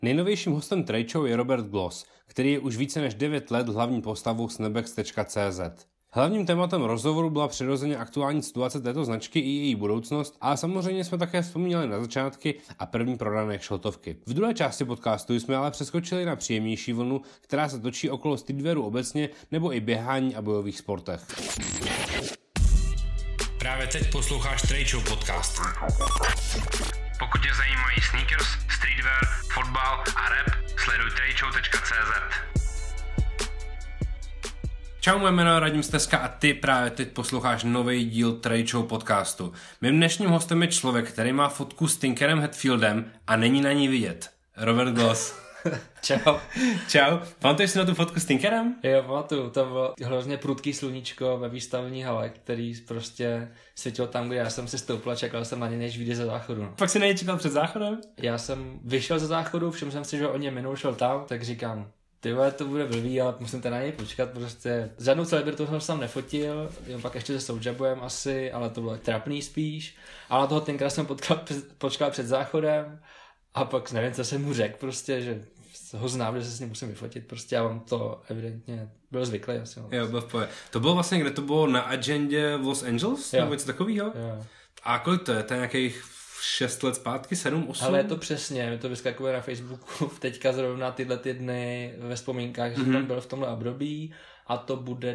Nejnovějším hostem Trade Show je Robert Gloss, který je už více než 9 let hlavní postavou Snabex.cz. Hlavním tématem rozhovoru byla přirozeně aktuální situace této značky i její budoucnost, ale samozřejmě jsme také vzpomínali na začátky a první prodané šiltovky. V druhé části podcastu jsme ale přeskočili na příjemnější vlnu, která se točí okolo streetwearu obecně nebo i běhání a bojových sportech. Právě teď posloucháš Trade Show podcast. Pokud tě zajímají sneakers, streetwear, fotbal a rap, sleduj tradeshow.cz. Čau, moje jméno je Radim Steska a ty právě teď posloucháš nový díl Trade Show podcastu. Mým dnešním hostem je člověk, který má fotku s Tinkerem Hatfieldem a není na ní vidět. Robert Gloss. Čau. Čau. Pamatuješ si na tu fotku s Tinkerem? Jo, pamatuju. To bylo hrozně prudký sluníčko ve výstavní hale, který prostě světil tam, kde já jsem si stoupil a čekal jsem na ně, než vyjde ze záchodu. No. Pak si na něj čekal před záchodem? Já jsem vyšel ze záchodu, všiml jsem si, že o ně minul, šel tam, tak říkám, ty vole, to bude blbý, ale musím na něj počkat, prostě. Žádnou celebritu jsem tam nefotil, pak ještě se Souljaboyem asi, ale to bylo trapný spíš. Ale na toho Tinkera jsem počkal před záchodem a pak nevím, co jsem mu řekl, prostě, že ho znám, že se s ním musím vyfotit, prostě já vám to evidentně byl zvyklý asi. Jo, byl v pohodě. To bylo vlastně, kde to bylo na agendě v Los Angeles, nebo něco takového? Jo. A kolik to je? To je nějakých 6 let zpátky, 7, 8? Ale je to přesně, mi to vyskakuje na Facebooku teďka zrovna tyhle ty dny ve vzpomínkách, že tam byl v tomhle období a to bude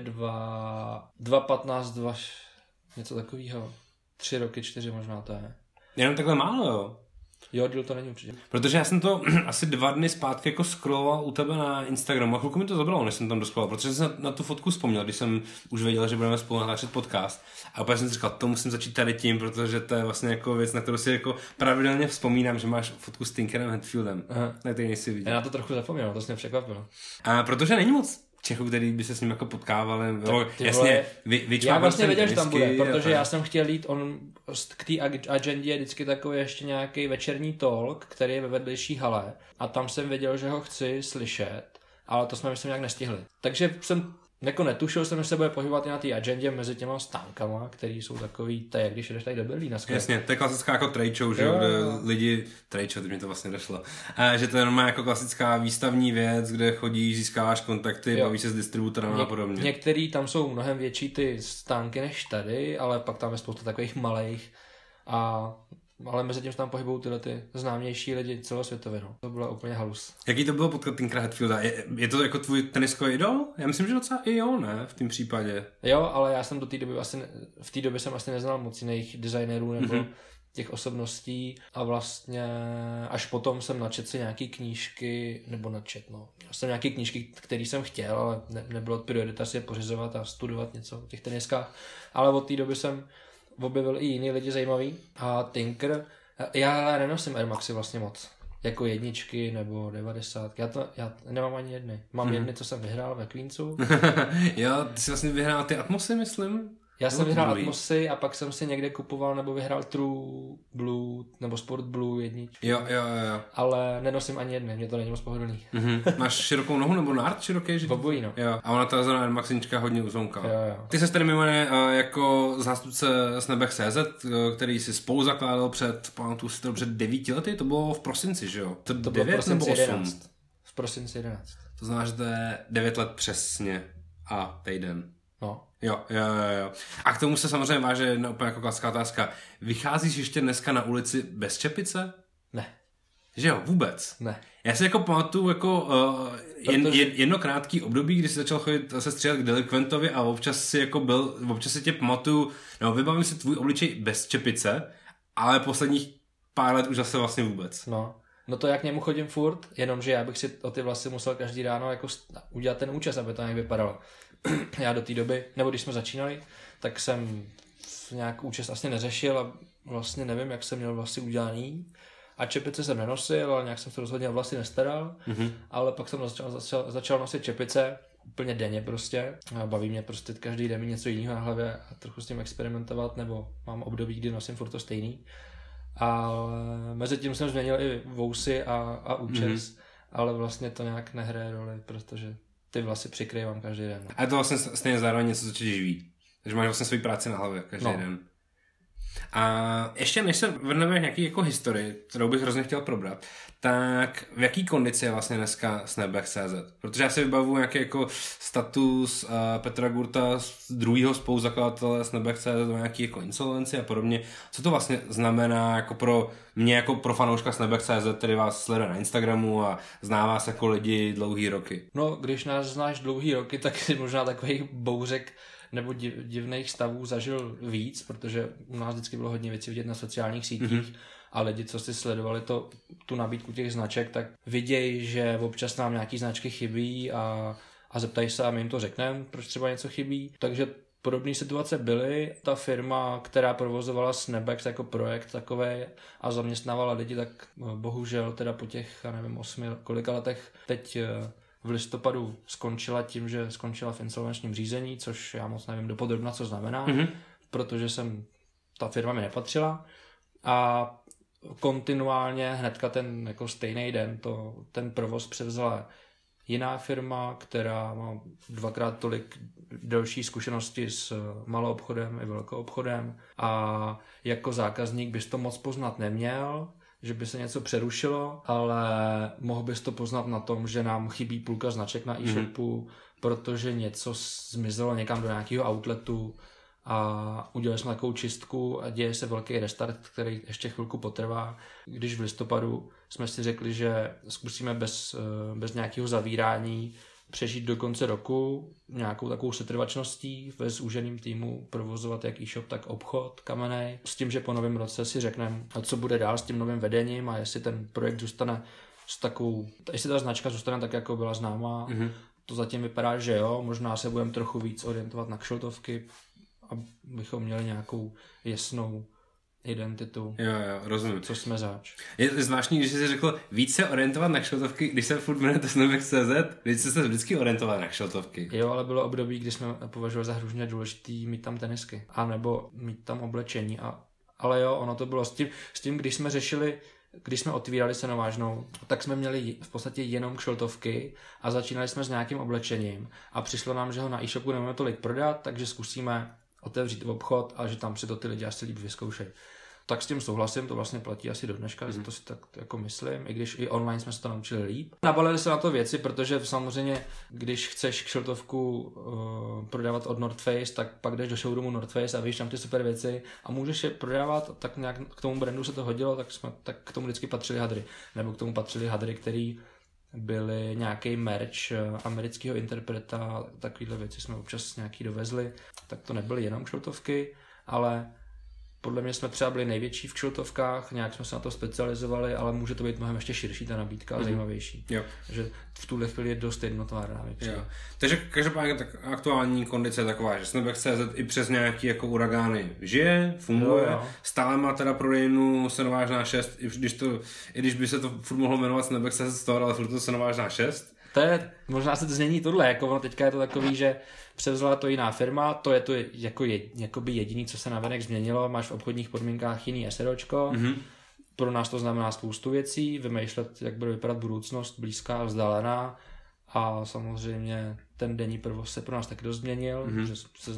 2.15, něco takového. 3 roky, 4 možná to je. Jenom takhle málo, jo? Jo, díl to není určitě. Protože já jsem to asi 2 dny zpátky jako scrolloval u tebe na Instagramu a chvilku mi to zabralo, než jsem tam doscrolloval, protože jsem na tu fotku vzpomněl, když jsem už věděl, že budeme spolu natáčet podcast. A opět jsem si říkal, to musím začít tady tím, protože to je vlastně jako věc, na kterou si jako pravidelně vzpomínám, že máš fotku s Tinkerem Hatfieldem, na který nejsi viděl. Já na to trochu zapomněl, to mě překvapilo. A protože není moc Čechů, který by se s ním jako potkávali. Jasně, já vlastně věděl, že tam bude, protože já jsem chtěl jít, k té agendě je vždycky takový ještě nějaký večerní talk, který je ve vedlejší hale a tam jsem věděl, že ho chci slyšet, ale to jsme myslím nějak nestihli. Takže jsem jako netušil jsem, že se bude pohybovat i na té agendě mezi těma stánkama, který jsou takový, to je jak když jdeš tady do Berlína. Jasně, to je klasická jako trade show, že jo, kde lidi, trade show, teď mi to vlastně došlo, že to je normálně jako klasická výstavní věc, kde chodíš, získáváš kontakty, bavíš se s distributorem a podobně. Některý tam jsou mnohem větší ty stánky než tady, ale pak tam je spousta takových malých ale mezi tím tam pohybují tyhle ty známější lidi celosvětově, no. To bylo úplně halus. Jaký to bylo potkat Tinkera Hatfielda? Je to jako tvůj teniskový idol? Já myslím, že docela i jo, ne? V tom případě. Jo, ale já jsem v té době jsem asi neznal moc jiných designérů nebo těch osobností a vlastně až potom jsem načetl si nějaký knížky, měl jsem nějaký knížky, které jsem chtěl, ale nebylo priorita si je pořizovat a studovat něco o těch teniskách, ale od té doby jsem objevil i jiný lidi zajímavý a Tinker, já nenosím Air Maxy vlastně moc, jako 1 nebo 90, já nemám ani jedny, mám jedny, co jsem vyhrál ve Queensu. Jo, ty jsi vlastně vyhrál ty Atmosy, myslím? Já jsem vyhrál Atmosy a pak jsem si někde kupoval nebo vyhrál True Blue nebo Sport Blue 1. Jo. Ale nenosím ani jedny, mě to není moc pohodlný. Máš širokou nohu nebo nárt široký? Že? Obojí, no. Jo. A ona ta zóna Air Maxinička hodně uzonká. Jo. Ty se tady mimo jiné jako zástupce Snabex.cz, který si spolu zakládal před 9 lety, to bylo v prosinci, že jo? To bylo v prosinci 11. V prosinci 11. To znamená, že to je 9 let přesně a týden. No. Jo. A k tomu se samozřejmě váže jedna úplně jako klasická otázka. Vycházíš ještě dneska na ulici bez čepice? Ne. Že jo, vůbec? Ne. Já si jako pamatuju jako jedno krátký období, kdy jsi začal chodit se stříhat k delikventovi a občas si tě pamatuju, nebo vybavím si tvůj obličej bez čepice, ale posledních pár let už zase vlastně vůbec. No to já k němu chodím furt, jenomže já bych si o ty vlasy musel každý ráno jako udělat ten účes, aby to nějak vypadalo. Já do té doby, nebo když jsme začínali, tak jsem nějak účes asi neřešil a vlastně nevím, jak jsem měl vlasy udělaný. A čepice jsem nenosil, ale nějak jsem se rozhodně vlasy nestaral. Ale pak jsem začal nosit čepice úplně denně prostě. A baví mě prostě každý den mi něco jiného na hlavě a trochu s tím experimentovat, nebo mám období, kdy nosím furt to stejný. Ale mezi tím jsem změnil i vousy a účes, ale vlastně to nějak nehraje roli, protože ty vlasy přikryvám každý den. A je to vlastně stejně zároveň něco, co tě živí. Takže máš vlastně svoji práci na hlavě každý den. A ještě než se vrneme k nějaký jako historii, kterou bych hrozně chtěl probrat, tak v jaký kondici je vlastně dneska Snapback.cz? Protože já si vybavuju nějaký jako status Petra Gurta, druhého spoluzakladatele Snapback.cz, nějaký jako insolvenci a podobně. Co to vlastně znamená jako pro mě, jako pro fanouška Snapback.cz, který vás sleduje na Instagramu a zná vás jako lidi dlouhý roky? No, když nás znáš dlouhý roky, tak si možná takových bouřek nebo divných stavů zažil víc, protože u nás vždycky bylo hodně věcí vidět na sociálních sítích a lidi, co si sledovali tu nabídku těch značek, tak vidějí, že občas nám nějaký značky chybí a zeptají se a my jim to řekneme, proč třeba něco chybí. Takže podobné situace byly. Ta firma, která provozovala Snapback jako projekt takové a zaměstnávala lidi, tak bohužel teda po těch, já nevím, 8 kolika letech teď v listopadu skončila tím, že skončila v insolvenčním řízení, což já moc nevím dopodrobna, co znamená, protože ta firma mi nepatřila a kontinuálně hnedka ten jako stejný den ten provoz převzala jiná firma, která má 2x tolik delší zkušenosti s maloobchodem i velkoobchodem a jako zákazník bys to moc poznat neměl, že by se něco přerušilo, ale mohl bys to poznat na tom, že nám chybí půlka značek na e-shopu, protože něco zmizelo někam do nějakého outletu a udělali jsme takovou čistku a děje se velký restart, který ještě chvilku potrvá. Když v listopadu jsme si řekli, že zkusíme bez nějakého zavírání přežít do konce roku nějakou takovou setrvačností ve zúženým týmu provozovat jak e-shop, tak obchod kamenej. S tím, že po novém roce si řekneme, co bude dál s tím novým vedením a jestli ten projekt zůstane jestli ta značka zůstane tak, jako byla známá. To zatím vypadá, že jo, možná se budeme trochu víc orientovat na kšiltovky, abychom měli nějakou jasnou identitu. Jo, rozumím. Co jsme zač. Je zvláštní, když jsi si řekl víc se orientovat na kšiltovky, když se furt jmenujete Snapback.cz, když jsi se vždycky orientoval na kšiltovky. Jo, ale bylo období, kdy jsme považovali za hrozně důležitý mít tam tenisky. A nebo mít tam oblečení. Ale jo, ono to bylo s tím, když jsme otvírali Senovážnou, tak jsme měli v podstatě jenom kšiltovky a začínali jsme s nějakým oblečením a přišlo nám, že ho na e-shopu nemůžeme tolik prodat, takže zkusíme otevřít obchod a že tam si to ty lidi asi líp vyzkoušejí. Tak s tím souhlasím, to vlastně platí asi do dneška, to si tak jako myslím, i když i online jsme se to naučili líp. Nabalili se na to věci, protože samozřejmě, když chceš kšiltovku prodávat od North Face, tak pak jdeš do showroomu North Face a víš tam ty super věci a můžeš je prodávat, tak nějak k tomu brandu se to hodilo, tak k tomu vždycky patřily hadry. Nebo k tomu patřily hadry, který byly nějaký merch amerického interpreta, takovýhle věci jsme občas nějaký dovezli, tak to nebyly jenom kšiltovky, ale podle mě jsme třeba byli největší v kšiltovkách, nějak jsme se na to specializovali, ale může to být mnohem ještě širší ta nabídka a zajímavější. Jo. Že v tuhle chvíli je dost jednotvárná. Takže každopádně tak aktuální kondice je taková, že Snapback.cz i přes nějaký jako uragány žije, funguje, stále má teda prodejnu Senovážná 6, i když by se to furt mohlo jmenovat Snapback.cz Store, ale furt to Senovážná 6. Možná se to změní tohle, jako ono teďka je to takový, že převzala to jiná firma, to je to jakoby jediný, co se navenek změnilo, máš v obchodních podmínkách jiný SROčko, pro nás to znamená spoustu věcí, vymýšlet, jak bude vypadat budoucnost, blízká a vzdálená a samozřejmě ten denní provoz se pro nás taky dost změnil, že se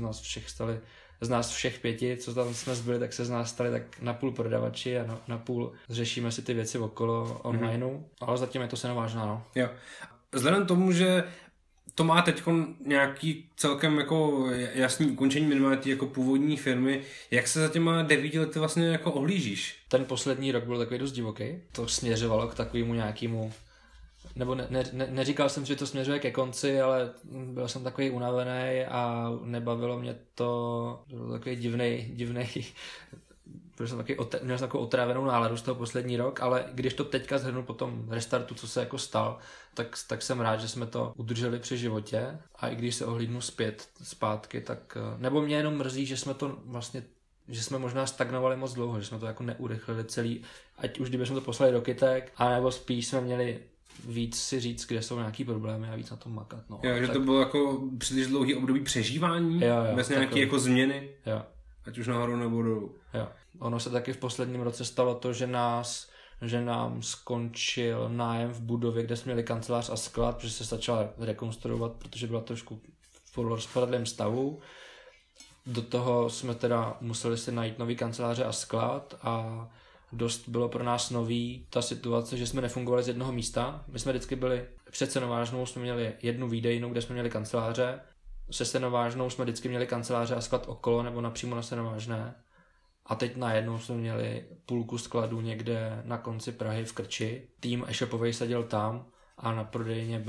z nás všech 5, co tam jsme zbyli, tak se z nás stali tak napůl prodavači a napůl řešíme si ty věci okolo onlineu, ale zatím je to Senovážná, no. Jo. Vzhledem tomu, že to má teď nějaký celkem jako jasný ukončení minimálně jako původní firmy, jak se za těma 9 lety vlastně jako ohlížíš? Ten poslední rok byl takový dost divoký. To směřovalo k takovému nějakému, nebo neříkal jsem, že to směřuje ke konci, ale byl jsem takový unavený a nebavilo mě to, byl takový divnej měl jsem takovou otrávenou náladu z toho poslední rok, ale když to teďka zhrnu po tom restartu, co se jako stal, tak jsem rád, že jsme to udrželi při životě a i když se ohlídnu zpátky, tak nebo mě jenom mrzí, že jsme to vlastně, že jsme možná stagnovali moc dlouho, že jsme to jako neurychlili celý, ať už kdybychom to poslali do kytek, anebo spíš jsme měli víc si říct, kde jsou nějaký problémy a víc na tom makat. No. Jo, že tak to bylo jako příliš dlouhý období přežívání, bez nějaké jako změny, ať už nahoru nebo dolů. Jo. Ono se taky v posledním roce stalo to, že nám skončil nájem v budově, kde jsme měli kancelář a sklad, že se začala rekonstruovat, protože byla trošku v rozpadlém stavu. Do toho jsme teda museli si najít nový kanceláře a sklad a dost bylo pro nás nový ta situace, že jsme nefungovali z jednoho místa. My jsme vždycky byli před Senovážnou, jsme měli jednu výdejnu, kde jsme měli kanceláře. Se Senovážnou jsme vždycky měli kanceláře a sklad okolo nebo napřímo na Senovážné. A teď najednou jsme měli půlku skladu někde na konci Prahy v Krči. Tým e-shopovej seděl tam a na prodejně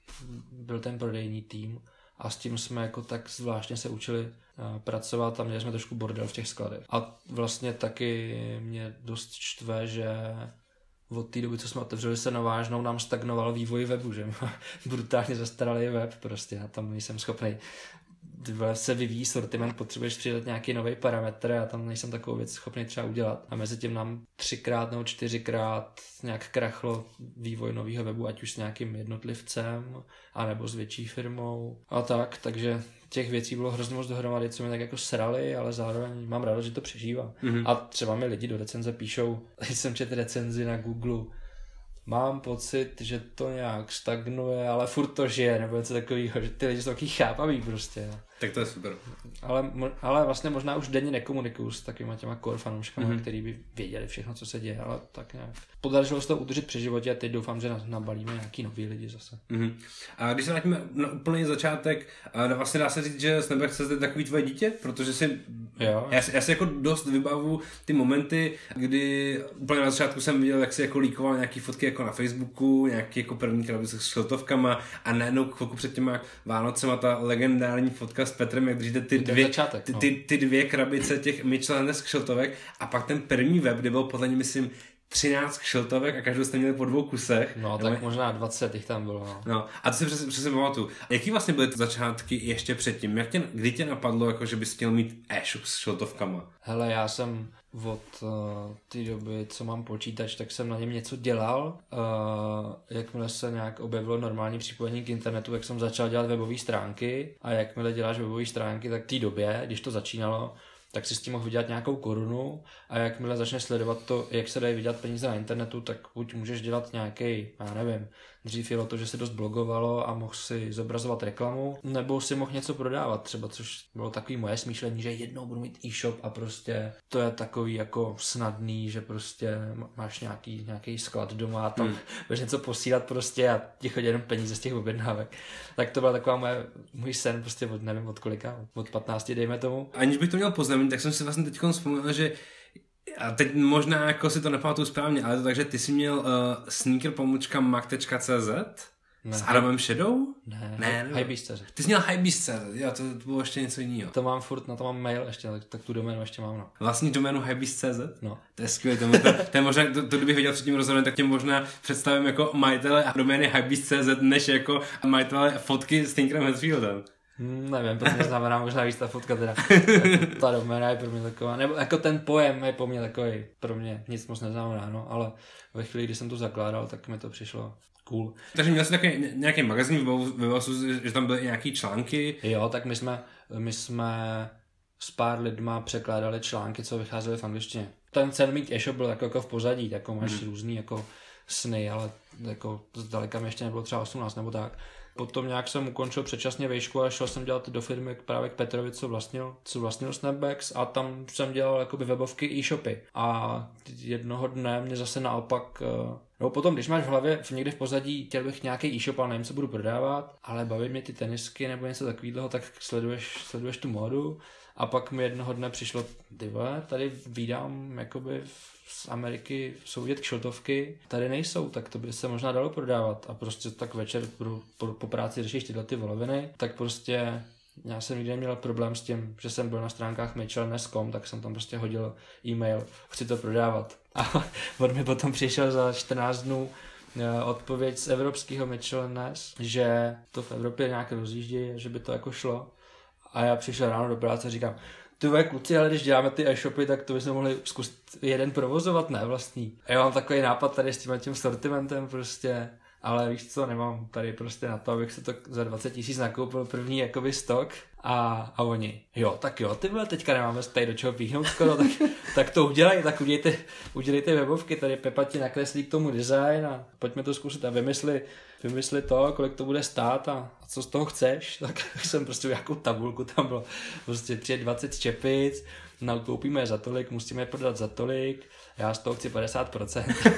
byl ten prodejní tým. A s tím jsme jako tak zvláštně se učili pracovat a měli jsme trošku bordel v těch skladech. A vlastně taky mě dost štve, že od té doby, co jsme otevřeli Senovážnou, nám stagnoval vývoj webu, že brutálně zastaralý web prostě a tam nejsem schopný. Se vyvíjí sortiment, potřebuješ přidat nějaký nový parametr a tam nejsem takovou věc schopný třeba udělat. A mezi tím nám 3x nebo 4x nějak krachlo vývoj nového webu, ať už s nějakým jednotlivcem, anebo s větší firmou a tak, takže těch věcí bylo hrozně moc dohromady, co mi tak jako srali, ale zároveň mám radost, že to přežívá. A třeba mi lidi do recenze píšou, když jsem četl recenzi na Google, mám pocit, že to nějak stagnuje, ale furt to žije, nebo něco takového, že ty lidi jsou taky chápaví prostě. Tak to je super. Ale vlastně možná už denně nekomunikuju s takovýma těma core fanouškama, který by věděli všechno, co se děje, ale tak nějak. Podařilo se to udržet při životě a teď doufám, že nabalíme nějaký nový lidi zase. A když se vrátíme na úplný začátek, vlastně dá se říct, že Snapback je takový tvoje dítě, protože já si jako dost vybavu ty momenty, kdy úplně na začátku jsem viděl, jak si jako líkoval nějaký fotky jako na Facebooku, nějaký jako první krabice s šiltovkama a najednou chvilku před těma Vánocema ta legendární fotka s Petrem, jak držíte ty dvě krabice těch Michelin kšiltovek a pak ten první web, kde byl podle mě, myslím, 13 kšiltovek a každou jste měli po 2 kusech. No, tak možná 20 jich tam bylo. No, a to si přesně pamatuju. Jaký vlastně byly ty začátky ještě předtím? Kdy tě napadlo, jako, že bys chtěl mít e-shop s kšiltovkama? Hele, já jsem od té doby, co mám počítač, tak jsem na něm něco dělal. Jakmile se nějak objevilo normální připojení k internetu, tak jsem začal dělat webové stránky a jakmile děláš webové stránky, tak v té době, když to začínalo, tak si s tím mohl vydělat nějakou korunu a jakmile začneš sledovat to, jak se dají vydělat peníze na internetu, tak buď můžeš dělat nějaký, já nevím, dřív jelo to, že se dost blogovalo a mohl si zobrazovat reklamu, nebo si mohl něco prodávat třeba, což bylo takový moje smýšlení, že jednou budu mít e-shop a prostě to je takový jako snadný, že prostě máš nějaký sklad doma a tam budeš něco posílat prostě a ti chodí jenom peníze z těch objednávek. Tak to byla taková můj sen prostě od nevím od kolika, od 15 dejme tomu. Aniž bych to měl poznamenit, tak jsem si vlastně teď vzpomněl, že a teď možná jako si to nepamatuju správně, ale to tak, že ty jsi měl sneaker.mag.cz s Adamem Shadow? Ne, Hypebeast.cz. Ty jsi měl Hypebeast.cz, jo, to bylo ještě něco jiného. To mám furt, na to mám mail ještě, tak tu doménu ještě mám, no. Vlastní doménu Hypebeast.cz? No. To je skvělé, to je možná, to kdybych věděl před tím rozhodem, tak tě možná představím jako majitele domény Hypebeast.cz, než jako majitele fotky s Tinkerem Hatfieldem. Nevím, pro mě znamená možná víc ta fotka teda. Ta doména je pro mě taková, nebo jako ten pojem je po mně takový, pro mě nic moc neznamená, no, ale ve chvíli, kdy jsem to zakládal, tak mi to přišlo cool. Takže měl jsi takový nějaký magazín že tam byly nějaký články? Jo, tak my jsme s pár lidma překládali články, co vycházely v angličtině. Ten sen mít e-shop byl jako v pozadí, jako máš různý jako sny, ale jako zdaleka mi ještě nebylo třeba 18 nebo tak. Potom nějak jsem ukončil předčasně vejšku a šel jsem dělat do firmy právě k Petrovi, co vlastnil Snapbacks a tam jsem dělal jakoby webovky e-shopy. A jednoho dne mě zase naopak, no potom, když máš v hlavě někde v pozadí, chtěl bych nějaký e-shop, ale nevím, co budu prodávat, ale baví mě ty tenisky nebo něco takového, tak sleduješ tu módu. A pak mi jednoho dne přišlo, tady vídám jakoby z Ameriky jsou vidět kšiltovky, tady nejsou, tak to by se možná dalo prodávat. A prostě tak večer po práci řešíš tyhle ty voloviny, tak prostě já jsem nikdy neměl problém s tím, že jsem byl na stránkách Michelin.com, tak jsem tam prostě hodil e-mail, chci to prodávat. A on mi potom přišel za 14 dnů odpověď z evropského Michelin, že to v Evropě nějak rozjíždí, že by to jako šlo. A já přišel ráno do práce a říkám, kluci, ale když děláme ty e-shopy, tak to bychom mohli zkusit jeden provozovat, ne vlastní. A já mám takový nápad tady s tím sortimentem prostě ale víš co, nemám tady prostě na to, abych se to za 20 000 nakoupil první jakoby stok a oni, jo, tak jo, ty vole, teďka nemáme tady do čeho píchnout skoro, tak to udělej, tak udělejte webovky, tady Pepa ti nakreslí k tomu design a pojďme to zkusit a vymysli to, kolik to bude stát a co z toho chceš, tak jsem prostě nějakou tabulku, tam bylo prostě 20 čepic, nakoupíme za tolik, musíme je prodat za tolik, já z toho chci 50%.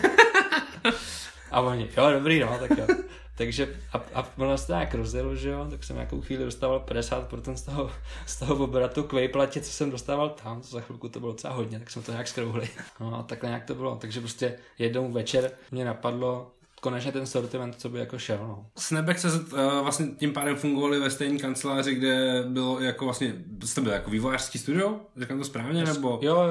A oni, jo, dobrý, no, tak jo. Takže a ono se to nějak rozjelo, že jo, tak jsem nějakou chvíli dostával 50% z toho obratu k vejplatě, co jsem dostával tam, za chvilku to bylo docela hodně, tak jsme to nějak skrouhli. No a takhle nějak to bylo, takže prostě jednou večer mě napadlo konečně ten sortiment, co by jako šel, no. Snapback se vlastně tím pádem fungovali ve stejné kanceláři, kde bylo jako vlastně, jste byl jako vývojářský studio, říkám to správně, nebo? Jo.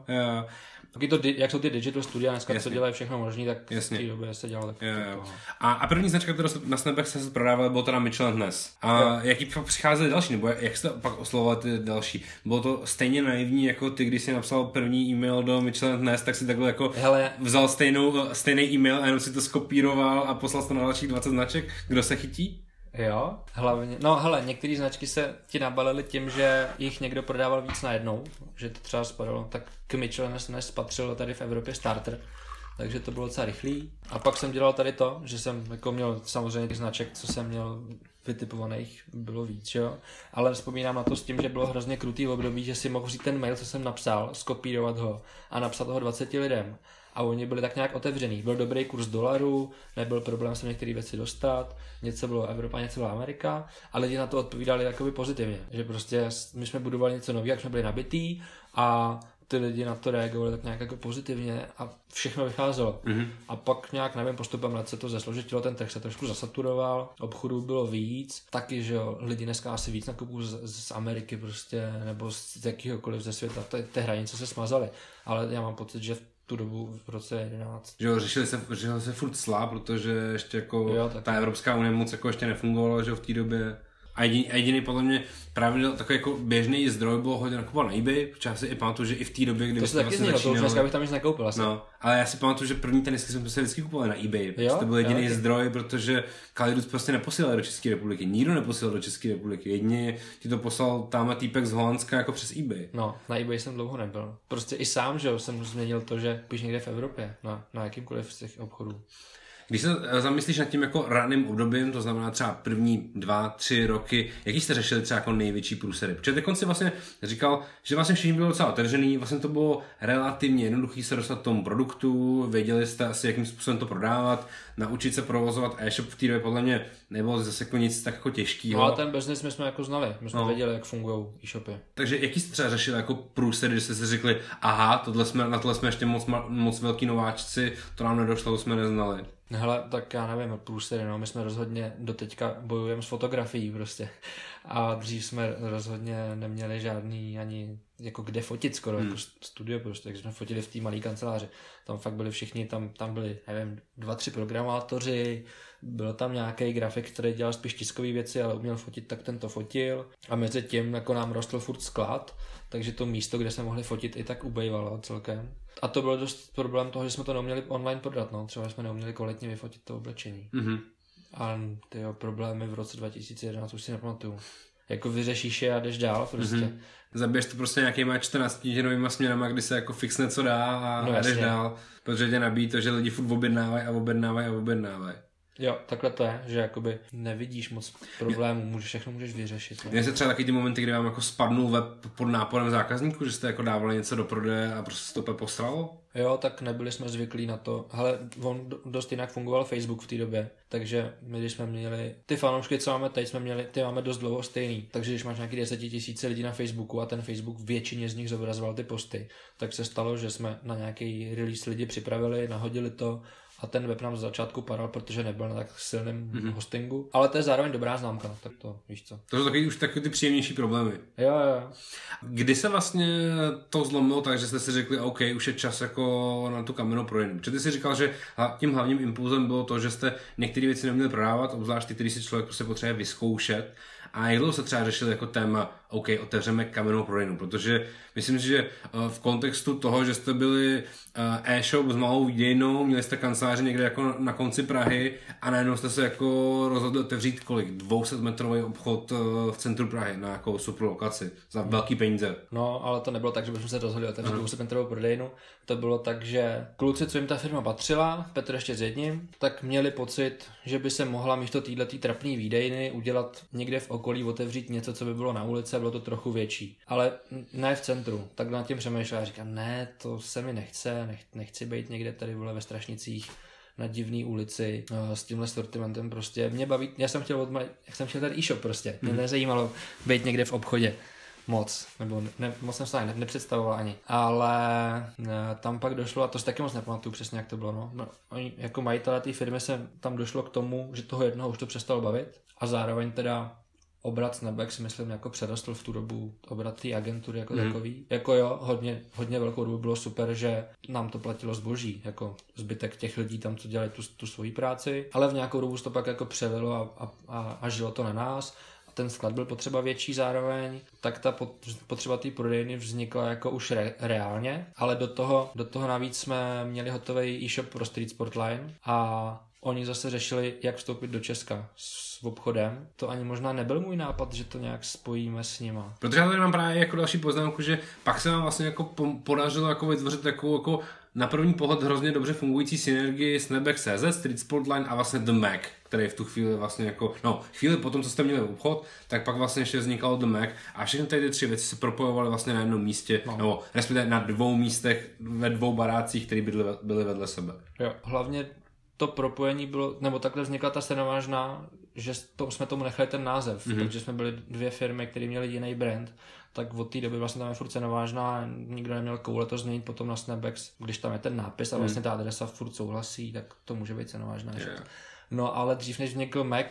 Taky to, jak jsou ty digital studia dneska, co dělají všechno možný, tak jasně. v té době se dělalo tak. Jo. A první značka, kterou na Snapback se prodávala, bylo teda Michelin dnes. A jaký pak přicházely další, nebo jak jste pak oslovovali ty další? Bylo to stejně naivní, jako ty, když jsi napsal první e-mail do Michelin dnes, tak si takhle jako vzal stejný e-mail a jenom si to skopíroval a poslal to na dalších 20 značek. Kdo se chytí? Jo, hlavně, no hele, některé značky se ti nabalily tím, že jich někdo prodával víc najednou, že to třeba spadalo, tak k Michelin dnes patřilo tady v Evropě Starter, takže to bylo docela rychlý. A pak jsem dělal tady to, že jsem jako měl samozřejmě těch značek, co jsem měl vytipovaných, bylo víc, jo. Ale vzpomínám na to s tím, že bylo hrozně krutý období, že si mohl vzít ten mail, co jsem napsal, skopírovat ho a napsat ho 20 lidem. A oni byli tak nějak otevřený. Byl dobrý kurz dolaru, nebyl problém se některé věci dostat, něco bylo Evropa, něco byla Amerika, a lidi na to odpovídali jakoby pozitivně, že prostě my jsme budovali něco nového, jak jsme byli nabitý a ty lidi na to reagovali tak nějak jako pozitivně a všechno vycházelo. Mm-hmm. A pak nějak, nevím, postupem let se to zesložitilo, ten trh se trošku zasaturoval, obchodů bylo víc, taky, že jo, lidi dneska asi víc nakupují z Ameriky prostě, nebo z jakýhokoliv ze světa, ty hranice se smazaly, ale já mám pocit, že v tu dobu v roce 11. Že jo, řešili se furt cla, protože ještě jako ta Evropská unie moc jako ještě nefungovala, že v té době. A jediný podle mě právě takový jako běžný zdroj bylo hodně nakupovat na eBay, protože já si i pamatuju, že i v té době, kdy to se taky znělo, to už dneska bych tam nic nekoupil asi. No, ale já si pamatuju, že první tenisky jsme se vždycky kupovali na eBay, protože to byl jediný zdroj, protože Kalidus prostě neposílali do České republiky, nikdo neposílal do České republiky, jedině ti to poslal tamhle týpek z Holandska jako přes eBay. No, na eBay jsem dlouho nebyl. Prostě i sám, že jo, jsem změnil to, že píš někde v Evropě, na jakýmkoliv z těch obchodů. Když se zamyslíš nad tím jako raným obdobím, to znamená třeba první 2-3 roky, jaký jste řešili třeba jako největší průsery? Protože teď si vlastně říkal, že vlastně všichni byli docela otevřený, vlastně to bylo relativně jednoduchý se dostat k tomu produktu, věděli jste asi, jakým způsobem to prodávat, naučit se provozovat e-shop v té době podle mě nebylo zase jako nic tak jako těžkýho. No ale ten business my jsme jako znali, my jsme věděli, jak fungují e-shopy. Takže jaký jste třeba řešili jako průsery, že jste si řekli, aha, na tohle jsme ještě moc velký nováčci, to nám nedošlo, jsme neznali. Hele, tak já nevím, průsery, no, my jsme rozhodně doteďka bojujeme s fotografií prostě a dřív jsme rozhodně neměli žádný ani jako kde fotit skoro, jako studio prostě, takže jsme fotili v té malé kanceláři, tam fakt byli všichni, tam byli, nevím, 2-3 programátoři, byl tam nějaký grafik, který dělal spíš tiskové věci, ale uměl fotit, tak ten to fotil a mezi tím jako nám rostl furt sklad, takže to místo, kde jsme mohli fotit, i tak ubejvalo celkem. A to byl dost problém toho, že jsme to neuměli online prodat, no. Třeba jsme neuměli kvalitně vyfotit to oblečení. Mm-hmm. A tyjo, problémy v roce 2011 už si nepamatuju. Jako vyřešíš je a jdeš dál prostě. Mm-hmm. Zabiješ to prostě nějakýma 14-hodinovýma směrama, kdy se jako fixne co dá a jdeš dál. Protože tě nabíjí to, že lidi furt objednávají. Jo, takhle to je, že jakoby nevidíš moc problémů, všechno můžeš vyřešit. Měli se třeba taky ty momenty, kdy vám jako spadnul web pod náporem zákazníků, že jste jako dávali něco do prodeje a prostě se to úplně postralo? Jo, tak nebyli jsme zvyklí na to. Hele, on dost jinak fungoval Facebook v té době, takže my, když jsme měli ty fanoušky, co máme teď, ty máme dost dlouho stejný. Takže když máš nějaký 10 000 lidí na Facebooku a ten Facebook většině z nich zobrazoval ty posty, tak se stalo, že jsme na nějaký release lidi připravili, nahodili to a ten web nám z začátku padal, protože nebyl na tak silném hostingu. Ale to je zároveň dobrá známka, tak to víš co. To jsou taky už taky ty příjemnější problémy. Jo. Kdy se vlastně to zlomilo tak, že jste si řekli, OK, už je čas jako na tu kamennou projenu. Protože ty si říkal, že tím hlavním impulzem bylo to, že jste některé věci neměli prodávat, obzvlášť ty, které si člověk prostě potřebuje vyzkoušet. A jak dlouho se třeba řešil jako téma, OK, otevřeme kamennou prodejnu, protože myslím si, že v kontextu toho, že jste byli e-shop s malou výdejnou, měli jste kanceláře někde jako na konci Prahy a najednou jste se jako rozhodli otevřít kolik? 200metrový obchod v centru Prahy na jako super lokaci za velký peníze. No, ale to nebylo tak, že bychom se rozhodli otevřít 200metrovou prodejnu. To bylo tak, že kluci, co jim ta firma patřila, Petr ještě s jedním, tak měli pocit, že by se mohla místo této trapné výdejny udělat někde v okolí, otevřít něco, co by bylo na ulici a bylo to trochu větší. Ale ne v centru. Tak nad tím přemýšlel a říkám, ne, to se mi nechce, nechci být někde tady vole ve Strašnicích na divný ulici s tímhle sortimentem prostě. Mě baví, já jsem chtěl ten e-shop prostě. Mě nezajímalo být někde v obchodě. Moc, nebo moc jsem se tak nepředstavoval ani. Ale tam pak došlo, a to si taky moc nepamatuju přesně, jak to bylo. No, oni, jako majitelé té firmy se tam došlo k tomu, že toho jednoho už to přestalo bavit a zároveň teda obrat Snapback si myslím jako přerostl v tu dobu obrat té agentury jako takový. Jako jo, hodně velkou dobu bylo super, že nám to platilo zboží, jako zbytek těch lidí tam, co dělali tu svoji práci, ale v nějakou dobu to pak jako přelilo a žilo to na nás. Ten sklad byl potřeba větší zároveň, tak ta potřeba té prodejny vznikla jako už reálně, ale do toho navíc jsme měli hotový e-shop pro Street Sport Line a oni zase řešili, jak vstoupit do Česka s obchodem. To ani možná nebyl můj nápad, že to nějak spojíme s nima. Protože já tady mám právě jako další poznámku, že pak se vám vlastně jako podařilo jako vytvořit takovou jako na první pohled hrozně dobře fungující synergii Snapback.cz, Street Sport Line a vlastně The Mac, který v tu chvíli vlastně jako, chvíli potom, co jste měli obchod, tak pak vlastně ještě vznikalo The Mac a všechny ty tři věci se propojovaly vlastně na jednom místě, nebo respektive na 2 místech ve 2 barácích, které byly vedle sebe. Jo, hlavně to propojení bylo, nebo takhle vznikla ta scéna vážná, že jsme tomu nechali ten název, protože jsme byli 2 firmy, které měly jiný brand, tak od té doby vlastně tam je furt cena vážná, nikdo neměl koule to změnit potom na Snapbacks, když tam je ten nápis a vlastně ta adresa furt souhlasí, tak to může být cena vážná. No ale dřív než vznikl Mac,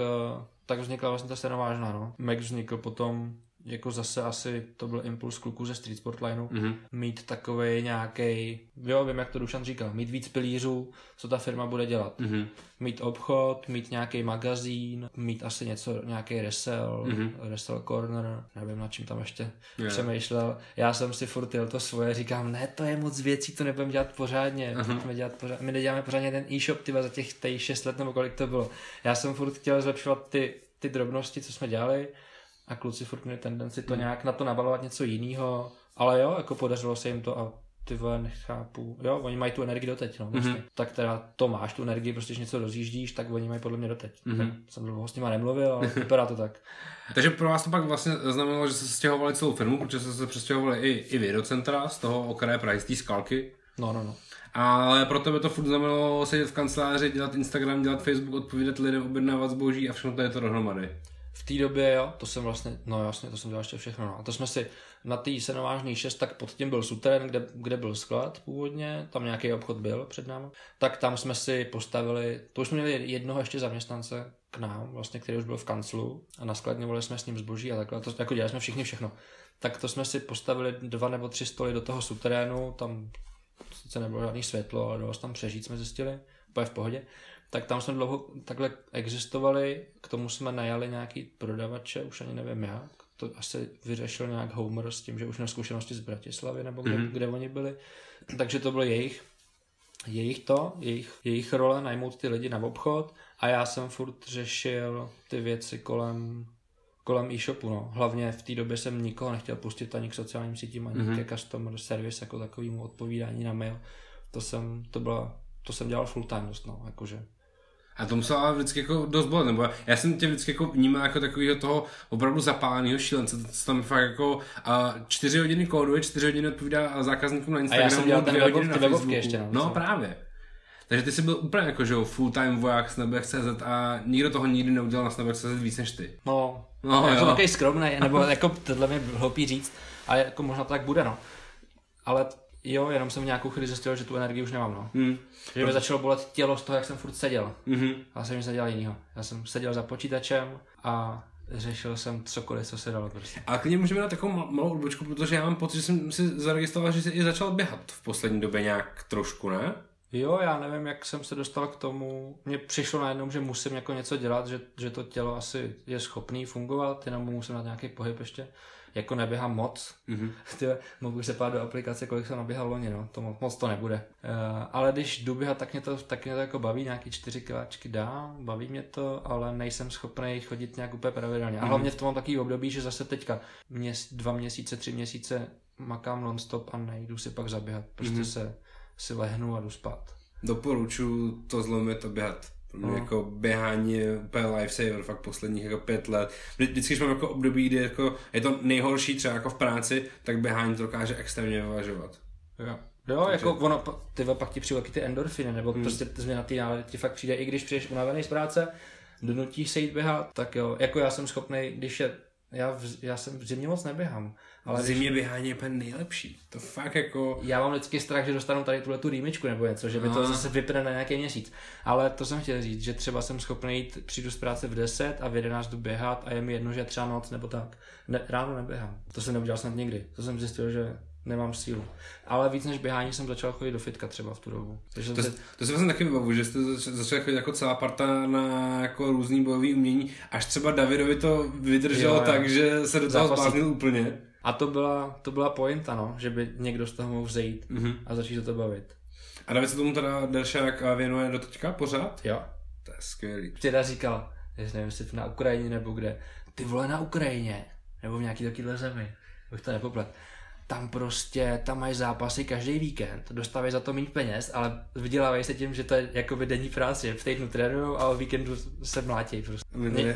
tak vznikla vlastně ta cena vážná. No. Mac vznikl potom jako zase asi to byl impuls kluků ze Street Sport Lineu, mít takovej nějaký, jo, vím, jak to Dušan říkal, mít víc pilířů, co ta firma bude dělat. Mít obchod, mít nějaký magazín, mít asi něco, nějaký resell corner, nevím, nad čím tam ještě přemýšlel. Já jsem si furt jel to svoje, říkám, ne, to je moc věcí, to nebudeme dělat pořádně, my neděláme pořádně ten e-shop, tyba, za těch 6 let nebo kolik to bylo. Já jsem furt chtěl zlepšovat ty drobnosti, co jsme dělali, a kluci furt měli tendenci to nějak na to nabalovat něco jiného, ale jo, jako podařilo se jim to a ty vole, nechápu. Jo, oni mají tu energii doteď, no, vlastně. Tak teda to máš tu energii, prostě když něco rozjíždíš, tak oni mají podle mě doteď. Jsem dlouho s nima nemluvil, ale vypadá to tak. Takže pro vás to pak vlastně znamenalo, že jste se stěhovali celou firmu, protože jste se přestěhovali i vy do centra, z toho okraje Prahy, z té Skalky. No. Ale pro tebe to furt znamenalo sedět v kanceláři, dělat Instagram, dělat Facebook, odpovídat lidem, objednávat zboží a všechno to je to dohromady. V té době, jo, to jsem vlastně, no jasně, to jsem dělal ještě všechno, no. A to jsme si na té Senovážný 6, tak pod tím byl suterén, kde byl sklad původně, tam nějaký obchod byl před námi, tak tam jsme si postavili, to už jsme měli jednoho ještě zaměstnance k nám, vlastně, který už byl v kanclu a naskladňovali jsme s ním zboží a takhle, to jako dělali jsme všichni všechno. Tak to jsme si postavili 2 nebo 3 stoly do toho suterénu, tam sice nebylo žádný světlo, ale dalo se tam přežít, jsme zjistili, úplně v pohodě. Tak tam jsme dlouho takhle existovali, k tomu jsme najali nějaký prodavače, už ani nevím jak, to asi vyřešil nějak Homer s tím, že už měl zkušenosti z Bratislavy nebo kde oni byli, takže to bylo jejich role najmout ty lidi na obchod a já jsem furt řešil ty věci kolem e-shopu, no. Hlavně v té době jsem nikoho nechtěl pustit ani k sociálním sítím, ani ke customer service jako takovému odpovídání na mail, to jsem dělal full time dost, no, jakože. A to muselo ale vždycky jako dost bolet, nebo já jsem tě vždycky jako vnímal jako takového toho opravdu zapáleného šílence, to tam fakt jako 4 hodiny kóduje, 4 hodiny odpovídá zákazníkům na Instagramu, a já jsem dělal 2 hodiny na Facebooku. Ještě, no právě. Takže ty jsi byl úplně jako, že full time voják Snapback.cz a nikdo toho nikdy neudělal na Snapback.cz víc než ty. No jako takový skromný, nebo jako tohle mi hloupý říct, ale jako možná to tak bude, no. Ale jo, jenom jsem v nějakou chvíli zjistil, že tu energii už nemám, no. Že mi začalo bolet tělo z toho, jak jsem furt seděl. Já jsem nic nedělal jinýho. Já jsem seděl za počítačem a řešil jsem cokoliv, co se dalo prostě. A klidně můžeme dát takovou malou odbočku, protože já mám pocit, že jsem si zaregistroval, že jsi i začal běhat v poslední době nějak trošku, ne? Jo, já nevím, jak jsem se dostal k tomu. Mně přišlo najednou, že musím jako něco dělat, že to tělo asi je schopný fungovat, jenom musím na nějaký pohyb ještě. Jako neběhám moc. Tyhle, mohu se pát do aplikace, kolik jsem naběhal loni, no. To moc to nebude. Ale když jdu běhat, tak mě to jako baví, nějaký 4 kiláčky dám, baví mě to, ale nejsem schopný chodit nějak úplně pravidelně. A hlavně v tom mám takový období, že zase teďka 2 měsíce, 3 měsíce makám non-stop a nejdu si pak zaběhat. Prostě si lehnu a jdu spát. Doporučuji to zlomit a běhat. Jako běhání je úplně lifesaver, fakt posledních jako 5 let. Vždycky, když mám jako období, kdy jako je to nejhorší třeba jako v práci, tak běhání to dokáže extrémně vyvažovat. Jo. Jo, jako ono, pak ti přijde ty endorfiny, nebo prostě změna té nálady ti fakt přijde, i když přijdeš unavený z práce, donutíš se jít běhat, tak jo, jako já jsem schopnej, když je, já jsem v zimě moc neběhám. Ale v zimě běhání je úplně nejlepší, to fakt jako... Já mám vždycky strach, že dostanu tady tu rýmičku nebo něco, že by to zase vypne na nějaký měsíc. Ale to jsem chtěl říct, že třeba jsem schopný jít, přijdu z práce v 10 a v 11 jdu běhat a je mi jedno, že třeba noc nebo tak. Ráno neběhám, to jsem neudělal snad nikdy, to jsem zjistil, že nemám sílu. Ale víc než běhání jsem začal chodit do fitka třeba v tu dobu. To si vlastně taky vybavu, že jste začali chodit jako celá parta na jako různý bojový umění, až třeba Davidovi to vydrželo tak, že se do toho zbláznil úplně. A to byla pointa, no, že by někdo z toho mohl vzejít a začít to bavit. A David se tomu teda Delšák věnuje do teďka pořád? Jo. To je skvělý. Včera říkal, nevím, jestli na Ukrajině nebo kde, ty vole na Ukrajině, nebo v nějaký takovýhle zemi, bych to nepoplet. Tam mají zápasy každý víkend, dostávají za to méně peněz, ale vydělávají se tím, že to je jakoby denní práce, v týdnu trénujou a o víkendu se mlátějí prostě.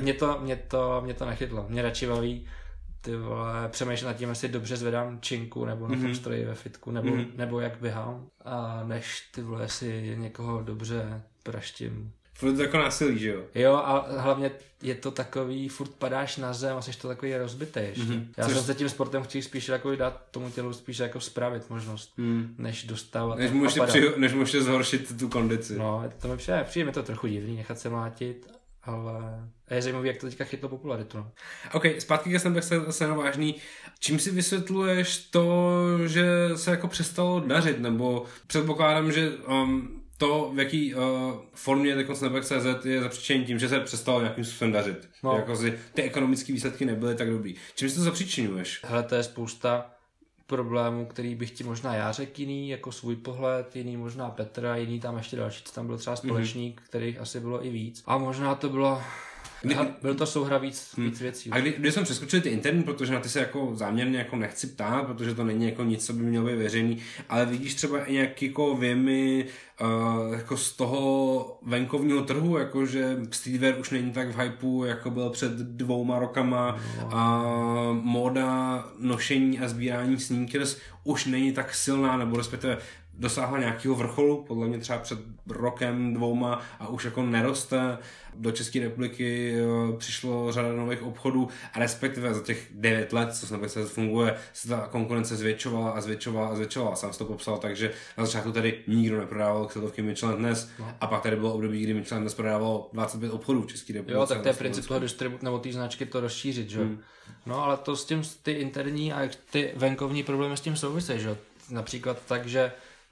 Mě to nechytlo, mě radši baví ty vole, přemýšlím nad tím, jestli dobře zvedám činku, nebo na tom stroji ve fitku, nebo jak běhám, a než ty vole, si někoho dobře praštím. Furt to jako násilí, že jo? Jo, a hlavně je to takový, furt padáš na zem a jsi to takový rozbitý ještě. Já jsem se tím sportem chtěl spíš jako dát tomu tělu spíš jako spravit možnost, než dostávat. Než můžeš zhoršit tu kondici. No, to mi přijde mi to trochu divný, nechat se mlátit, ale je zajímavý, jak to teďka chytlo popularitu. No. OK, zpátky ke snapback se vážný. Čím si vysvětluješ to, že se jako přestalo dařit, nebo předpokládám, že to, v jaký formě teď snapback.cz je zapříčený tím, že se přestalo nějakým způsobem dařit. No. Jako ty ekonomické výsledky nebyly tak dobrý. Čím si to zapříčinuješ? Hele, to je spousta problémů, který bych ti možná já řekl jiný, jako svůj pohled, jiný možná Petra, jiný tam ještě další, tam byl třeba společník, kterých asi bylo i víc. A možná to bylo... Byl to souhra víc věcí. A když jsme přeskočili ty interní, protože na ty se jako záměrně jako nechci ptát, protože to není jako nic, co by mělo být veřejný, ale vidíš třeba i nějaký jako věmy jako z toho venkovního trhu, jako že streetwear už není tak v hypeu, jako byl před 2 rokama a móda nošení a sbírání sneakers už není tak silná, nebo respektive dosáhla nějakého vrcholu, podle mě třeba před 1-2 a už jako neroste. Do České republiky přišlo řada nových obchodů a respektive za těch 9 let, co snad se funguje, se ta konkurence zvětšovala a zvětšovala a zvětšovala. Sám to popsal, takže na začátku tady nikdo neprodával ksilovky Michelin dnes a pak tady bylo období, kdy Michelin dnes prodával 25 obchodů v České republice. Jo, tak to je princip toho distribuce nebo té značky to rozšířit, že? No, ale to s tím ty interní a ty venkovní problémy s tím souvisí, že? Například tak, že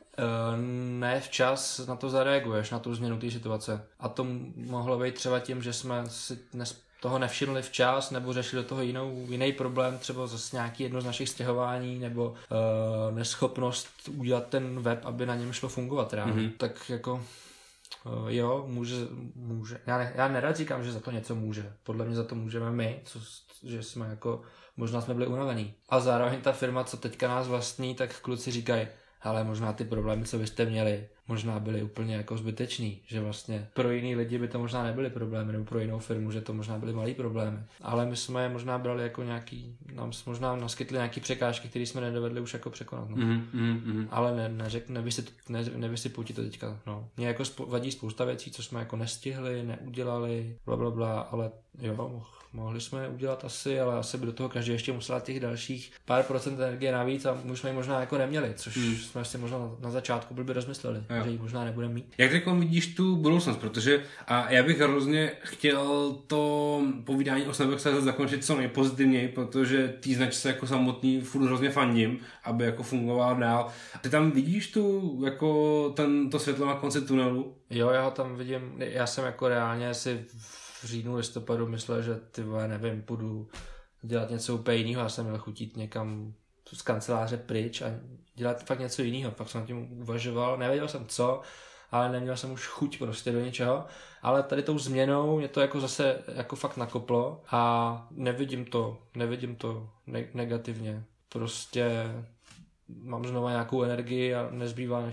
ne včas na to zareaguješ, na tu změnu té situace. A to mohlo být třeba tím, že jsme si toho nevšimli včas, nebo řešili do toho jiný problém, třeba zase nějaký jedno z našich stěhování, nebo neschopnost udělat ten web, aby na něm šlo fungovat reálně. Tak jako jo, může. Já nerad říkám, že za to něco může. Podle mě za to můžeme my, že jsme jako, možná jsme byli unavení. A zároveň ta firma, co teďka nás vlastní, tak kluci říkají, ale možná ty problémy, co byste měli, možná byly úplně jako zbytečný, že vlastně pro jiný lidi by to možná nebyly problémy, nebo pro jinou firmu, že to možná byly malý problémy. Ale my jsme je možná brali jako nám možná naskytli nějaký překážky, které jsme nedovedli už jako překonat. No. Ale nevysypou ti to teďka. No. Mě jako vadí spousta věcí, co jsme jako nestihli, neudělali, blablabla, ale jo, mohli jsme udělat asi, ale asi by do toho každý ještě musel těch dalších pár procent energie navíc a už jsme ji možná jako neměli, což jsme si možná na začátku by rozmysleli. že ji možná nebude mít. Jak teď vidíš tu budoucnost, protože a já bych hrozně chtěl to povídání o Snapback.cz zakončit co nejpozitivněji, protože tý značce jako samotný furt hrozně fandím, aby jako fungoval dál. Ty tam vidíš tu jako to světlo na konci tunelu? Jo, já ho tam vidím, já jsem jako reálně si v říjnu, listopadu myslel, že nevím, půjdu dělat něco úplně jiného, já jsem měl chutit někam z kanceláře pryč a dělat fakt něco jiného. Pak jsem tím uvažoval, nevěděl jsem co, ale neměl jsem už chuť prostě do něčeho. Ale tady tou změnou mě to jako zase jako fakt nakoplo a nevidím to negativně. Prostě mám znova nějakou energii a nezbývá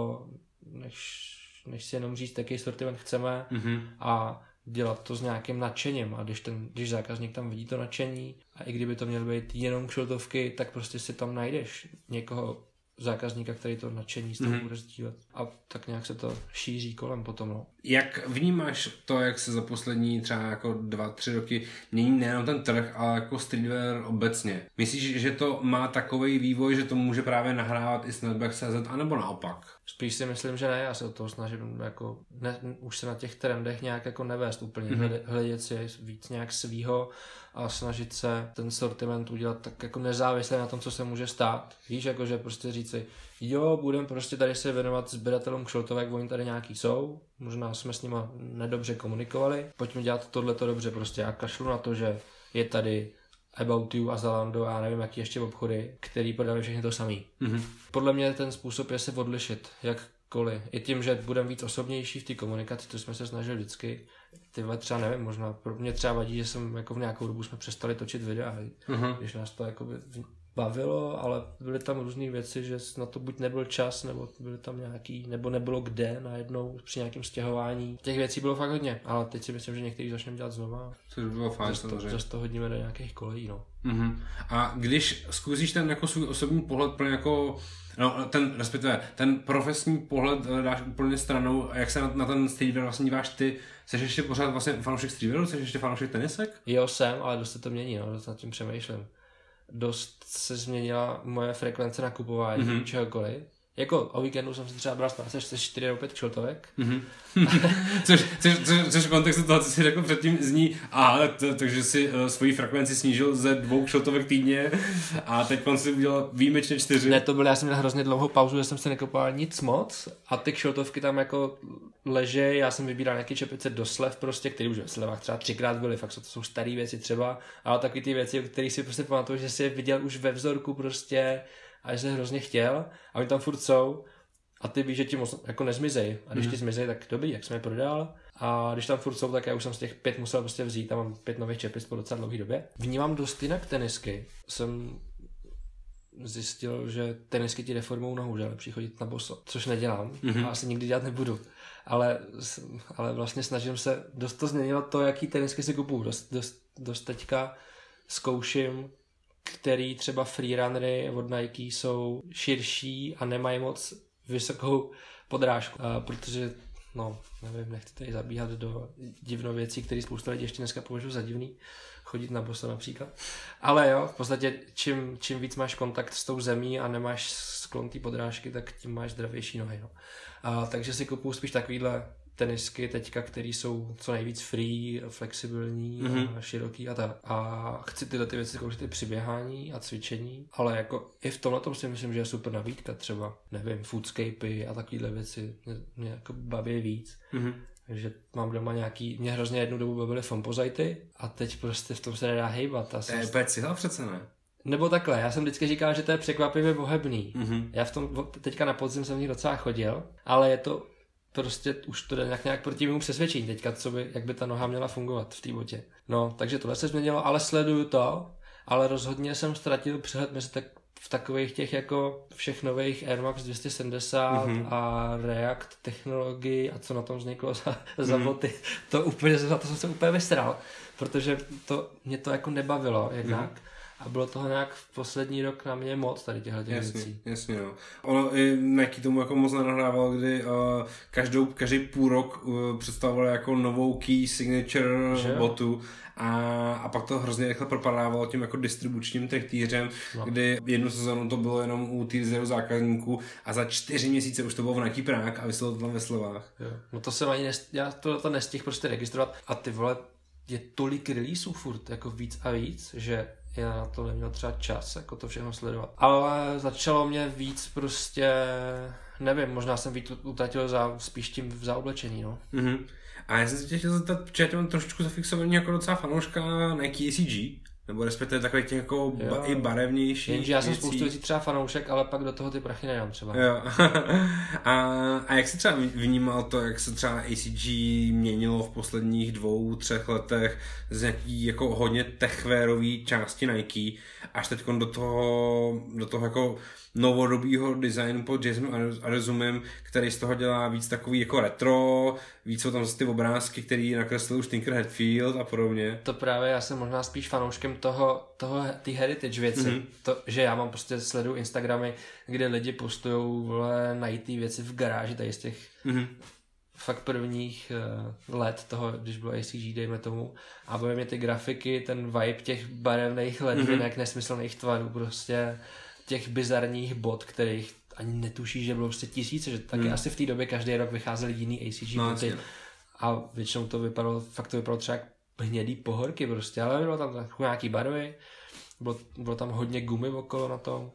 než si jenom říct, jaký sortiment chceme a dělat to s nějakým nadšením a když zákazník tam vidí to nadšení a i kdyby to měly být jenom kšiltovky, tak prostě si tam najdeš někoho zákazníka, který to nadšení s tebou bude sdílet. A tak nějak se to šíří kolem potom. No. Jak vnímáš to, jak se za poslední třeba jako 2-3 roky mění nejenom ten trh, ale jako streetwear obecně? Myslíš, že to má takový vývoj, že to může právě nahrávat i Snapback.cz, anebo naopak? Spíš si myslím, že ne, já se od toho snažím jako už se na těch trendech nějak jako nevést úplně, hledět si víc nějak svýho a snažit se ten sortiment udělat tak jako nezávisle na tom, co se může stát. Víš, jakože prostě říct si, jo, budeme prostě tady se věnovat sběratelům kšiltovek, oni tady nějaký jsou, možná jsme s nima nedobře komunikovali, pojďme dělat tohleto dobře prostě a kašlu na to, že je tady About You a Zalando a nevím jaký ještě obchody, který prodávají všechny to samý. Podle mě ten způsob je se odlišit, jakkoliv. I tím, že budeme víc osobnější v té komunikaci, to jsme se snažili vždycky. Tyhle třeba nevím, možná pro mě třeba vadí, že jsem jako v nějakou dobu jsme přestali točit videa, když nás to jako bavilo, ale byly tam různé věci, že na to buď nebyl čas, nebo byly tam nějaký, nebo nebylo kde najednou při nějakém stěhování. Těch věcí bylo fakt hodně, ale teď si myslím, že některý začneme dělat znova. Což bylo fajn, zase to hodíme do nějakých kolejí, no. A když zkusíš ten jako svůj osobní pohled pro jako ten profesní pohled dáš úplně stranou, jak se na ten streetwear vlastně díváš ty, jsi ještě pořád vlastně fanoušek streetwearu, jsi ještě fanoušek tenisek? Jo, jsem, ale dost se to mění, no, dost nad tím přemýšlím. Dost se změnila moje frekvence nakupování čehokoliv. Jako o víkendu jsem si třeba bral 4 nebo 5 kšiltovek. Což v kontextu toho, co jsi řekl předtím, zní, takže si svoji frekvenci snížil ze 2 kšiltovek týdně a teď si udělal výjimečně 4. Ne, to bylo, já jsem měl hrozně dlouhou pauzu, že jsem se nekupoval nic moc a ty kšiltovky tam jako ležej, já jsem vybíral nějaké čepice do slev prostě, které už v slevách třeba 3krát byly, fakt to jsou staré věci třeba, ale taky ty věci, o kterých si prostě pamatuju, že si je viděl už ve vzorku prostě a že se hrozně chtěl a oni tam furt jsou a ty víš, že ti jako nezmizej a když ti zmizej, tak dobrý, jak jsem je prodal a když tam furt jsou, tak já už jsem z těch 5 musel prostě vzít a mám 5 nových čepic po docela dlouhé době. Vnímám dost jinak tenisky, jsem zjistil, že tenisky ti deformují nohu, že je lepší chodit na boso, což nedělám a asi nikdy dělat nebudu. Ale vlastně snažím se, dost to změnilo to, jaký tenisky si kupuju. Dost teďka zkouším, který třeba freerunnery od Nike jsou širší a nemají moc vysokou podrážku. Protože, nevím, nechci tady zabíhat do divnověcí, které spousta lidí ještě dneska považují za divný. Chodit na boso například. Ale jo, v podstatě čím víc máš kontakt s tou zemí a nemáš sklon té podrážky, tak tím máš zdravější nohy. No. Takže si kupuju spíš takovýhle tenisky teďka, které jsou co nejvíc free, flexibilní a široký a tak. A chci tyhle ty věci zkoušet i při běhání a cvičení, ale jako i v tomhletom si myslím, že je super nabídka třeba, nevím, foodscapy a takovýhle věci mě jako baví víc. Takže mám doma mě hrozně jednu dobu bavily fompozajty a teď prostě v tom se nedá hejbat. To je úplně cihla přece, ne? Nebo takhle, já jsem vždycky říkal, že to je překvapivě bohebný. Já v tom, teďka na podzim jsem v nich docela chodil, ale je to prostě už to jde nějak proti mému přesvědčení teďka, jak by ta noha měla fungovat v té botě. No, takže tohle se změnilo, ale sleduju to, ale rozhodně jsem ztratil přehled mezi v takových těch jako všech nových Air Max 270 a React technologii a co na tom vzniklo za boty. To úplně, za to jsem se úplně vystral, protože mě to jako nebavilo jednak. A bylo toho nějak v poslední rok na mě moc tady těchto věcí. Jasně, no. Ono i Nike tomu jako moc nenahrával, kdy každý půl rok představoval jako novou key signature botu a pak to hrozně rychle propadávalo tím jako distribučním týřem, kdy jednu sezonu to bylo jenom u tier 0 zákazníků a za 4 měsíce už to bylo v Nike Prague a vyselo to tam ve slevách. Jo. No to jsem ani já to nestihl prostě registrovat a ty vole, je tolik releaseů furt, jako víc a víc, že já na to neměl třeba čas, jako to všechno sledovat. Ale začalo mě víc prostě, nevím, možná jsem víc utratil spíš tím v zaoblečení, no. Mm-hmm. A já jsem se tě chtěl zeptat, protože já mám trošičku zafixovaný jako docela fanouška Nike ACG, nebo respektive takových těch jako i barevnější. Jenže já jsem spoustu věcí třeba fanoušek, ale pak do toho ty prachy nedám třeba. Jo. a jak jsi třeba vnímal to, jak se třeba ACG měnilo v posledních 2-3 letech z nějaký jako hodně techwearový části Nike až teď do toho jako novodobýho designu pod Jasonem Arizumem, který z toho dělá víc takový jako retro, víc jsou tam zase ty obrázky, který nakreslil už Tinker Hatfield a podobně. To právě já jsem možná spíš fanouškem ty heritage věci. Mm-hmm. To, že já mám prostě sleduju Instagramy, kde lidi postujou najítý věci v garáži tady z těch fakt prvních let toho, když bylo ACG, dejme tomu. A bude mě ty grafiky, ten vibe těch barevných ledvinek, nesmyslných tvarů, prostě těch bizarních bot, kterých ani netuší, že bylo prostě tisíce, že taky asi v té době každý rok vycházely jiný ACG boty. A většinou to vypadalo třeba jak hnědý pohorky prostě, ale bylo tam nějaký barvy, bylo tam hodně gumy okolo na tom,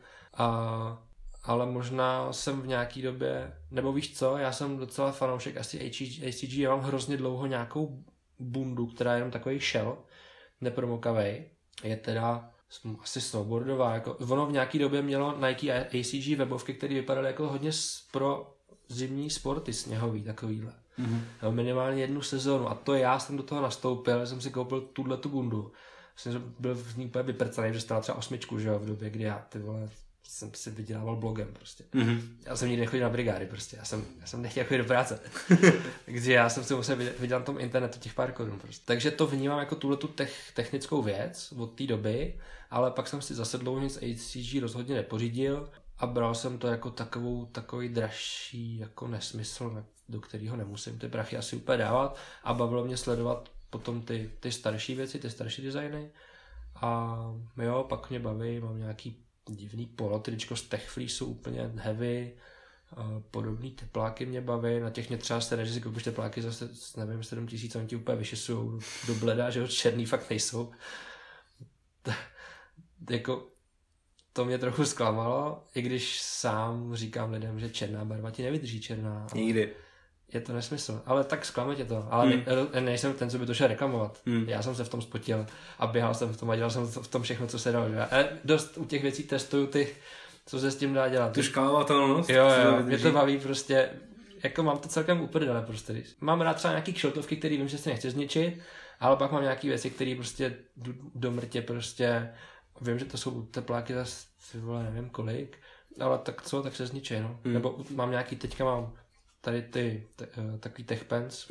ale možná jsem v nějaký době, nebo víš co, já jsem docela fanoušek asi ACG, já mám hrozně dlouho nějakou bundu, která je jenom takový shell, nepromokavej, je teda asi snowboardová, jako ono v nějaký době mělo Nike a ACG webovky, které vypadaly jako hodně pro zimní sporty sněhový, takovýhle. Mm-hmm. Minimálně jednu sezónu a to já jsem do toho nastoupil, jsem si koupil tu bundu. Jsem byl v ní úplně vyprcaný, že stála třeba 8, že jo, v době, kdy já jsem si vydělával blogem prostě. Mm-hmm. Já jsem nikdy nechodil na brigády prostě, já jsem nechtěl chodit do práce. Takže já jsem si musel vydělat na tom internetu těch pár korun prostě. Takže to vnímám jako tuhletu technickou věc od té doby, ale pak jsem si zase dlouho nic ACG rozhodně nepořídil a bral jsem to jako takový dražší jako nesmysl, do kterého nemusím ty prachy asi úplně dávat a bavilo mě sledovat potom ty starší věci, ty starší designy a jo, pak mě baví, mám nějaký divný polotričko z Tech Fleece, úplně heavy, podobný tepláky mě baví, na těch mě třeba stane, že si koupíš tepláky zase, nevím, 7 000, oni ti úplně vyšesujou do bleda, že jo, černý fakt nejsou. Jako to mě trochu zklamalo, i když sám říkám lidem, že černá barva ti nevydrží černá. Nikdy. Je to nesmysl, ale tak zklame tě to. Ale nejsem ten, co by to šel reklamovat. Já jsem se v tom spotil a běhal jsem v tom a dělal jsem v tom všechno, co se dalo. Dost u těch věcí testuju co se s tím dá dělat. Tu škálovatelnost? Jo, mě to baví prostě, jako mám to celkem uprdele prostě. Mám rád třeba nějaký kšiltovky, který vím, že se nechci zničit, ale pak mám nějaký věci, které prostě do mrtě prostě, vím, že to jsou tepláky zase, nevím kolik, ale tak co, tak se zničí, no. Nebo mám nějaký, teďka mám tady takový tech pants,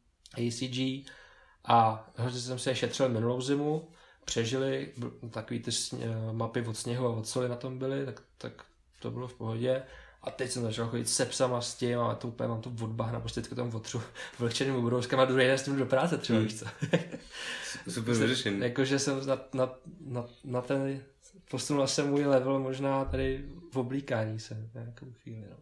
ACG a hrozně jsem si je šetřil minulou zimu, přežili, takový ty mapy od sněhu a od soli na tom byly, tak to bylo v pohodě. A teď jsem začal chodit se psama s tím a to úplně mám to od bahna, prostě teď tam otřu vlhčeným ubrouskama a druhý den s tím do práce třeba, víš co. Super vyřešený. Jakože jsem na ten, posunula se můj level možná tady v oblíkání se nějakou chvíli, no.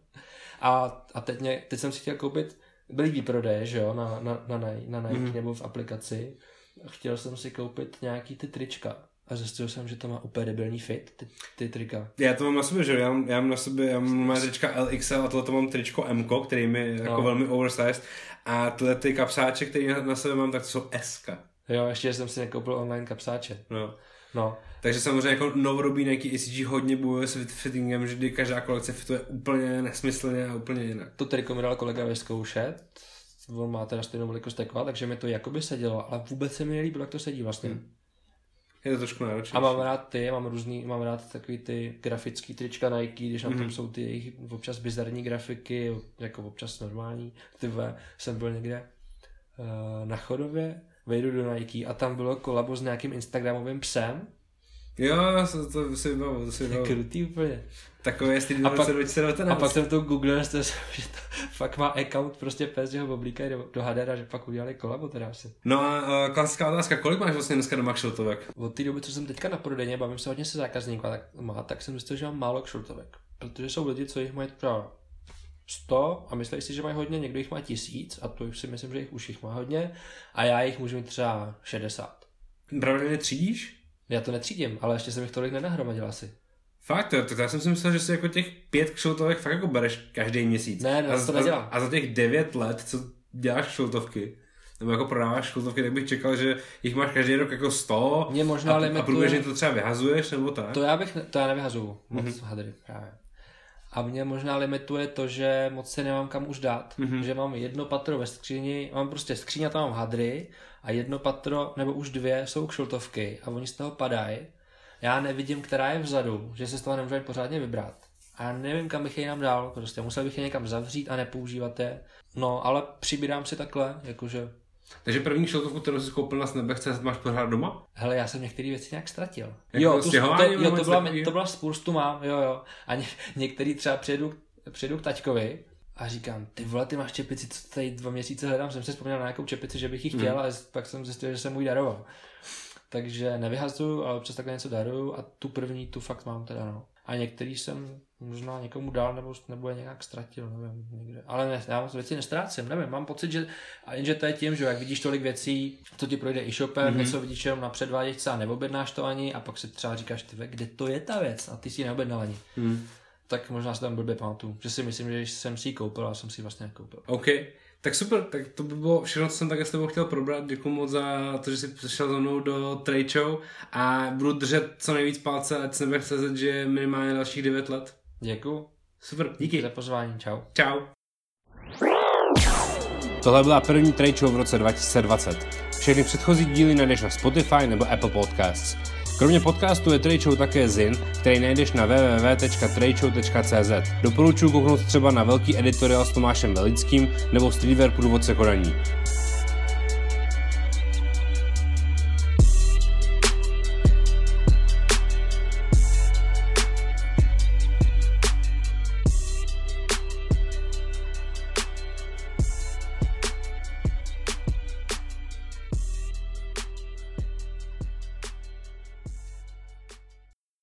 A teď jsem si chtěl koupit, byly výprodeje, že jo, na Nike nebo v aplikaci. Chtěl jsem si koupit nějaký ty trička a zjistil jsem, že to má úplně debilní fit, ty trika. Já to mám na sobě, že jo, já mám trička LXL a tohle mám tričko M, který mi jako velmi oversized a tyhle ty kapsáče, který na sebe mám, tak to jsou SK. Jo, ještě jsem si nekoupil online kapsáče. No. Takže samozřejmě jako novodobý Nike ACG hodně bojuje s fittingem, že kdy každá kolekce fituje úplně nesmyslně a úplně jinak. To triko mi dal kolega vyzkoušet, on má teda stejnou velikost tekva, takže mi to jakoby sedělo, ale vůbec se mi nelíbilo, jak to sedí vlastně. Je to trošku náročnější. A mám rád takový ty grafický trička Nike, když na tom jsou ty jejich občas bizarní grafiky, jako občas normální. Jsem byl někde na Chodově, vejdu do Nike a tam bylo kolabo s nějakým instagramovým psem Jo, to si vybavu, Krutý úplně. Takové je Street 2019. A pak jsem to googlil, že to fakt má account prostě pes, že ho oblíkají do Hadera, že pak udělali kolabo teda asi. No a klasická otázka, kolik máš vlastně dneska doma kšiltovek? Od té doby, co jsem teďka na prodejně, bavím se hodně se zákazníků, tak jsem zjistil, že mám málo kšiltovek. Protože jsou lidi, co jich mají třeba 100 a myslí si, že mají hodně, někdo jich má 1000 a to už si myslím, že už jich má hodně a já jich můžu mít třeba 60. Pravidelně třídíš? Já to netřídím, ale ještě jsem jich tolik nenahromadil asi. Fakt, já jsem si myslel, že si jako těch 5 kšiltovek fakt jako bereš každý měsíc. Ne, to nedělám. A za těch 9 let, co děláš kšiltovky, nebo jako prodáváš kšiltovky, tak bych čekal, že jich máš každý rok jako 100 mě možná a průběžně to třeba vyhazuješ, nebo tak? To já nevyhazuju moc hadry právě. A mě možná limituje to, že moc se nemám kam už dát. Že mám jedno patro ve skříni, mám prostě skříň a tam mám hadry a jedno patro, nebo už 2 jsou kšiltovky a oni z toho padají. Já nevidím, která je vzadu, že se z toho nemůžu pořádně vybrat. A já nevím, kam bych je jinam dal, prostě musel bych je někam zavřít a nepoužívat je. No, ale přibírám si takhle, jakože... Takže první kšiltovku, kterou jsi koupil na Snapback.cz, máš pořád doma? Hele, já jsem některé věci nějak ztratil. To byla spoustu mám, jo. A některý třeba přijedu k taťkovi a říkám, ty vole, ty máš čepici, co tady 2 měsíce hledám, jsem si vzpomněl na nějakou čepici, že bych ji chtěl, ale pak jsem zjistil, že jsem mu ji daroval. Takže nevyhazuju, ale občas takhle něco daruju a tu první tu fakt mám teda, no. A některý jsem možná někomu dal nebo je nějak ztratil, nevím, někde. Ale ne, já moc věci nestrácím, nevím, mám pocit, že jenže to je tím, že jak vidíš tolik věcí, co ti projde e-shopem, něco vidíš jenom na předváděčce a neobjednáš to ani a pak si třeba říkáš, ty kde to je ta věc a ty si ji neobjednal ani. Tak možná si tam blbě pamatuju, že si myslím, že jsem si ji koupil, ale jsem si ji vlastně nekoupil. OK. Tak super, tak to by bylo všechno, co jsem tak s tebou chtěl probrat. Děkuji moc za to, že jsi přišel za mnou do Trade Show a budu držet co nejvíc palce, ať Snapback.cz žije minimálně dalších 9 let. Děkuju. Super, díky. Za pozvání, čau. Čau. Tohle byla první Trade Show v roce 2020. Všechny předchozí díly najdeš na Spotify nebo Apple Podcasts. Kromě podcastu je Trade Show také zin, který najdeš na www.tradeshow.cz. Doporučuji kouknout třeba na velký editoriál s Tomášem Velickým nebo Streetwear průvodce koraní.